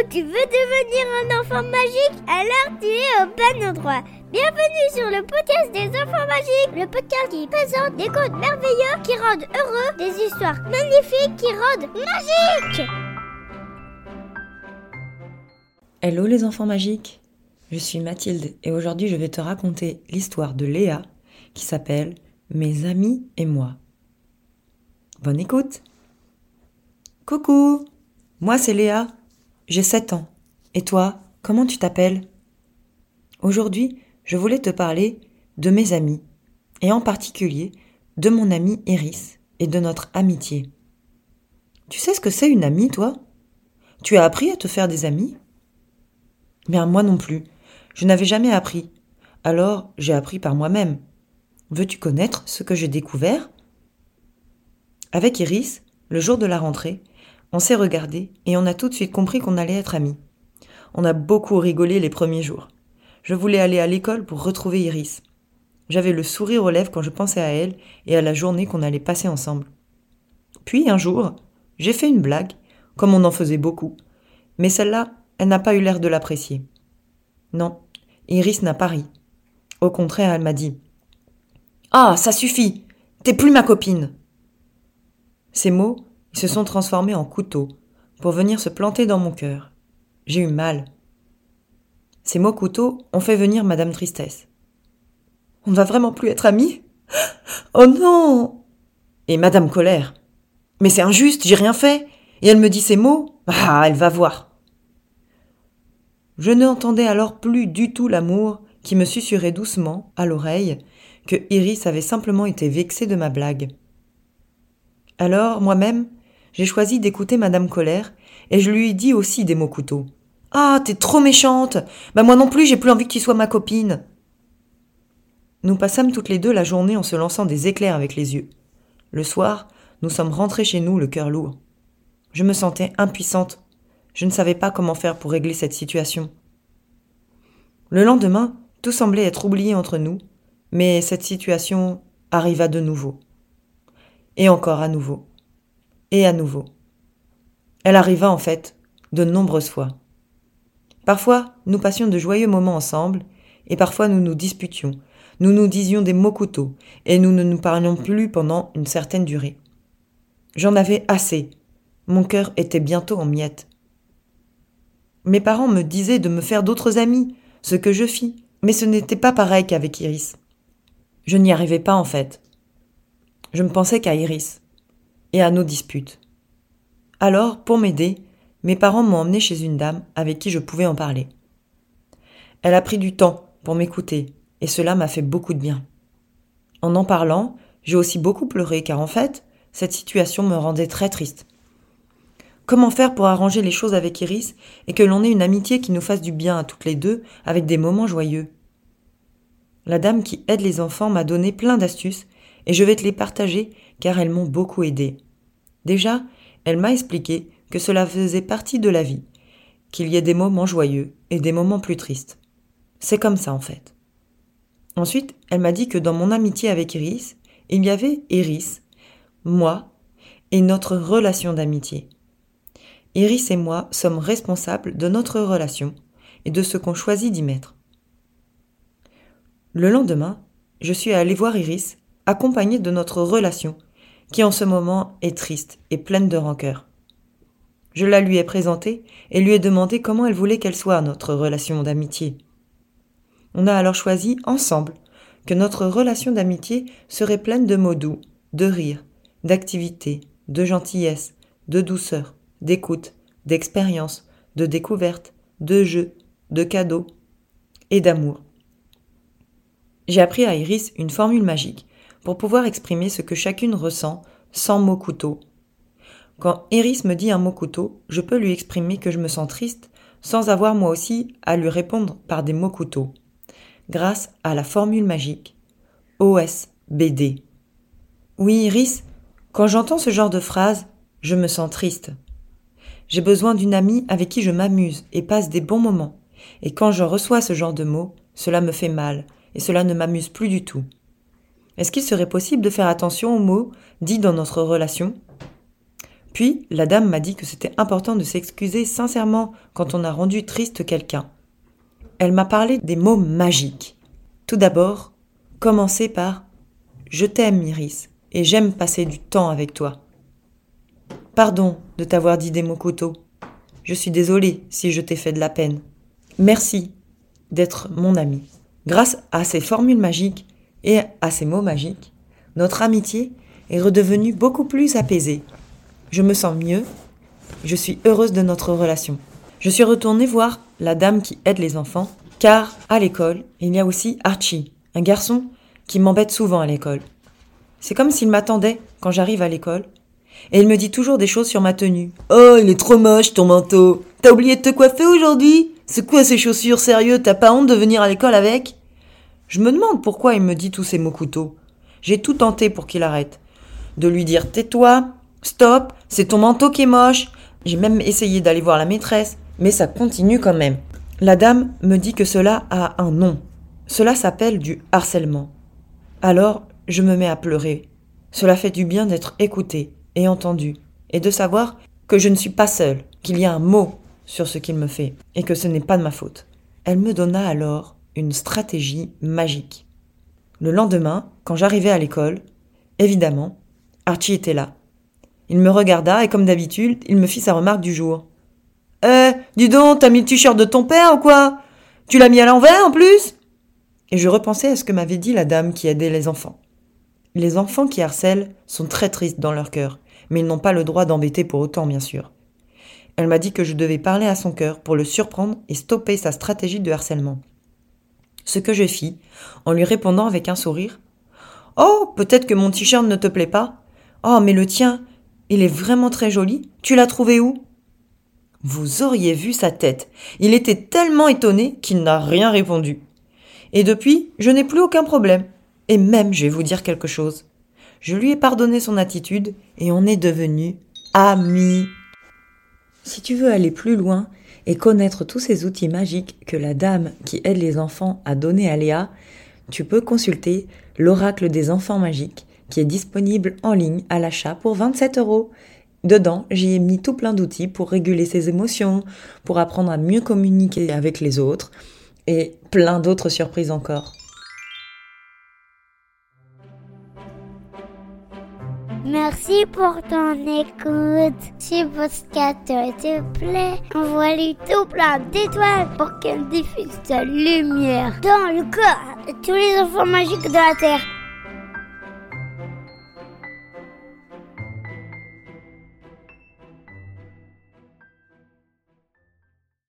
Tu veux devenir un enfant magique? Alors tu es au bon endroit. Bienvenue sur le podcast des enfants magiques, le podcast qui présente des contes merveilleux qui rendent heureux, des histoires magnifiques qui rendent magiques. Hello les enfants magiques, je suis Mathilde et aujourd'hui je vais te raconter l'histoire de Léa qui s'appelle « Mes amis et moi ». Bonne écoute. Coucou, moi c'est Léa, j'ai 7 ans. Et toi, comment tu t'appelles? Aujourd'hui, je voulais te parler de mes amis, et en particulier de mon amie Iris et de notre amitié. Tu sais ce que c'est une amie, toi? Tu as appris à te faire des amis? Bien, moi non plus. Je n'avais jamais appris. Alors, j'ai appris par moi-même. Veux-tu connaître ce que j'ai découvert? Avec Iris, le jour de la rentrée, on s'est regardés et on a tout de suite compris qu'on allait être amis. On a beaucoup rigolé les premiers jours. Je voulais aller à l'école pour retrouver Iris. J'avais le sourire aux lèvres quand je pensais à elle et à la journée qu'on allait passer ensemble. Puis un jour, j'ai fait une blague, comme on en faisait beaucoup, mais celle-là, elle n'a pas eu l'air de l'apprécier. Non, Iris n'a pas ri. Au contraire, elle m'a dit « Ah, ça suffit, t'es plus ma copine !» Ces mots, ils se sont transformés en couteaux pour venir se planter dans mon cœur. J'ai eu mal. Ces mots couteaux ont fait venir Madame Tristesse. « On ne va vraiment plus être amis ? Oh non !» Et Madame Colère. « Mais c'est injuste, j'ai rien fait. Et elle me dit ces mots ? Ah, elle va voir. » Je n'entendais alors plus du tout l'amour qui me susurrait doucement à l'oreille que Iris avait simplement été vexée de ma blague. Alors, moi-même, j'ai choisi d'écouter Madame Colère et je lui ai dit aussi des mots couteaux. « Ah, t'es trop méchante. Moi non plus, j'ai plus envie que tu sois ma copine. » Nous passâmes toutes les deux la journée en se lançant des éclairs avec les yeux. Le soir, nous sommes rentrés chez nous le cœur lourd. Je me sentais impuissante. Je ne savais pas comment faire pour régler cette situation. Le lendemain, tout semblait être oublié entre nous, mais cette situation arriva de nouveau. Et encore à nouveau. Et à nouveau. Elle arriva en fait de nombreuses fois. Parfois, nous passions de joyeux moments ensemble, et parfois nous nous disputions, nous nous disions des mots couteaux, et nous ne nous parlions plus pendant une certaine durée. J'en avais assez. Mon cœur était bientôt en miettes. Mes parents me disaient de me faire d'autres amis, ce que je fis, mais ce n'était pas pareil qu'avec Iris. Je n'y arrivais pas en fait. Je ne pensais qu'à Iris et à nos disputes. Alors, pour m'aider, mes parents m'ont emmené chez une dame avec qui je pouvais en parler. Elle a pris du temps pour m'écouter et cela m'a fait beaucoup de bien. En parlant, j'ai aussi beaucoup pleuré car en fait, cette situation me rendait très triste. Comment faire pour arranger les choses avec Iris et que l'on ait une amitié qui nous fasse du bien à toutes les deux avec des moments joyeux? La dame qui aide les enfants m'a donné plein d'astuces et je vais te les partager car elles m'ont beaucoup aidé. Déjà, elle m'a expliqué que cela faisait partie de la vie, qu'il y ait des moments joyeux et des moments plus tristes. C'est comme ça en fait. Ensuite, elle m'a dit que dans mon amitié avec Iris, il y avait Iris, moi et notre relation d'amitié. Iris et moi sommes responsables de notre relation et de ce qu'on choisit d'y mettre. Le lendemain, je suis allée voir Iris, accompagnée de notre relation, qui en ce moment est triste et pleine de rancœur. Je la lui ai présentée et lui ai demandé comment elle voulait qu'elle soit notre relation d'amitié. On a alors choisi ensemble que notre relation d'amitié serait pleine de mots doux, de rire, d'activité, de gentillesse, de douceur, d'écoute, d'expérience, de découverte, de jeu, de cadeaux et d'amour. J'ai appris à Iris une formule magique pour pouvoir exprimer ce que chacune ressent sans mots couteaux. Quand Iris me dit un mot couteau, je peux lui exprimer que je me sens triste sans avoir moi aussi à lui répondre par des mots couteaux, grâce à la formule magique OSBD. Oui, Iris, quand j'entends ce genre de phrase, je me sens triste. J'ai besoin d'une amie avec qui je m'amuse et passe des bons moments. Et quand je reçois ce genre de mots, cela me fait mal et cela ne m'amuse plus du tout. Est-ce qu'il serait possible de faire attention aux mots dits dans notre relation ? Puis, la dame m'a dit que c'était important de s'excuser sincèrement quand on a rendu triste quelqu'un. Elle m'a parlé des mots magiques. Tout d'abord, commencer par « Je t'aime, Iris, et j'aime passer du temps avec toi. » Pardon de t'avoir dit des mots couteaux. Je suis désolée si je t'ai fait de la peine. Merci d'être mon ami. Grâce à ces formules magiques et à ces mots magiques, notre amitié est redevenue beaucoup plus apaisée. Je me sens mieux, je suis heureuse de notre relation. Je suis retournée voir la dame qui aide les enfants, car à l'école, il y a aussi Archie, un garçon qui m'embête souvent à l'école. C'est comme s'il m'attendait quand j'arrive à l'école, et il me dit toujours des choses sur ma tenue. « Oh, il est trop moche ton manteau. T'as oublié de te coiffer aujourd'hui ? C'est quoi ces chaussures, sérieux ? T'as pas honte de venir à l'école avec ?» Je me demande pourquoi il me dit tous ces mots couteaux. J'ai tout tenté pour qu'il arrête. De lui dire « Tais-toi, stop, c'est ton manteau qui est moche. » J'ai même essayé d'aller voir la maîtresse, mais ça continue quand même. La dame me dit que cela a un nom. Cela s'appelle du harcèlement. Alors, je me mets à pleurer. Cela fait du bien d'être écoutée et entendue, et de savoir que je ne suis pas seule, qu'il y a un mot sur ce qu'il me fait, et que ce n'est pas de ma faute. Elle me donna alors une stratégie magique. Le lendemain, quand j'arrivais à l'école, évidemment, Archie était là. Il me regarda et comme d'habitude, il me fit sa remarque du jour. « Dis donc, t'as mis le t-shirt de ton père ou quoi ? Tu l'as mis à l'envers en plus ?» Et je repensais à ce que m'avait dit la dame qui aidait les enfants. Les enfants qui harcèlent sont très tristes dans leur cœur, mais ils n'ont pas le droit d'embêter pour autant, bien sûr. Elle m'a dit que je devais parler à son cœur pour le surprendre et stopper sa stratégie de harcèlement. Ce que je fis, en lui répondant avec un sourire. « Oh, peut-être que mon t-shirt ne te plaît pas ? Oh, mais le tien, il est vraiment très joli. Tu l'as trouvé où ?» Vous auriez vu sa tête. Il était tellement étonné qu'il n'a rien répondu. Et depuis, je n'ai plus aucun problème. Et même, je vais vous dire quelque chose. Je lui ai pardonné son attitude et on est devenus amis. Si tu veux aller plus loin et connaître tous ces outils magiques que la dame qui aide les enfants a donnés à Léa, tu peux consulter l'Oracle des enfants magiques qui est disponible en ligne à l'achat pour 27 €. Dedans, j'y ai mis tout plein d'outils pour réguler ses émotions, pour apprendre à mieux communiquer avec les autres et plein d'autres surprises encore. Merci pour ton écoute. Si votre podcast te plaît, envoie-lui tout plein d'étoiles pour qu'elle diffuse sa lumière dans le corps de tous les enfants magiques de la Terre.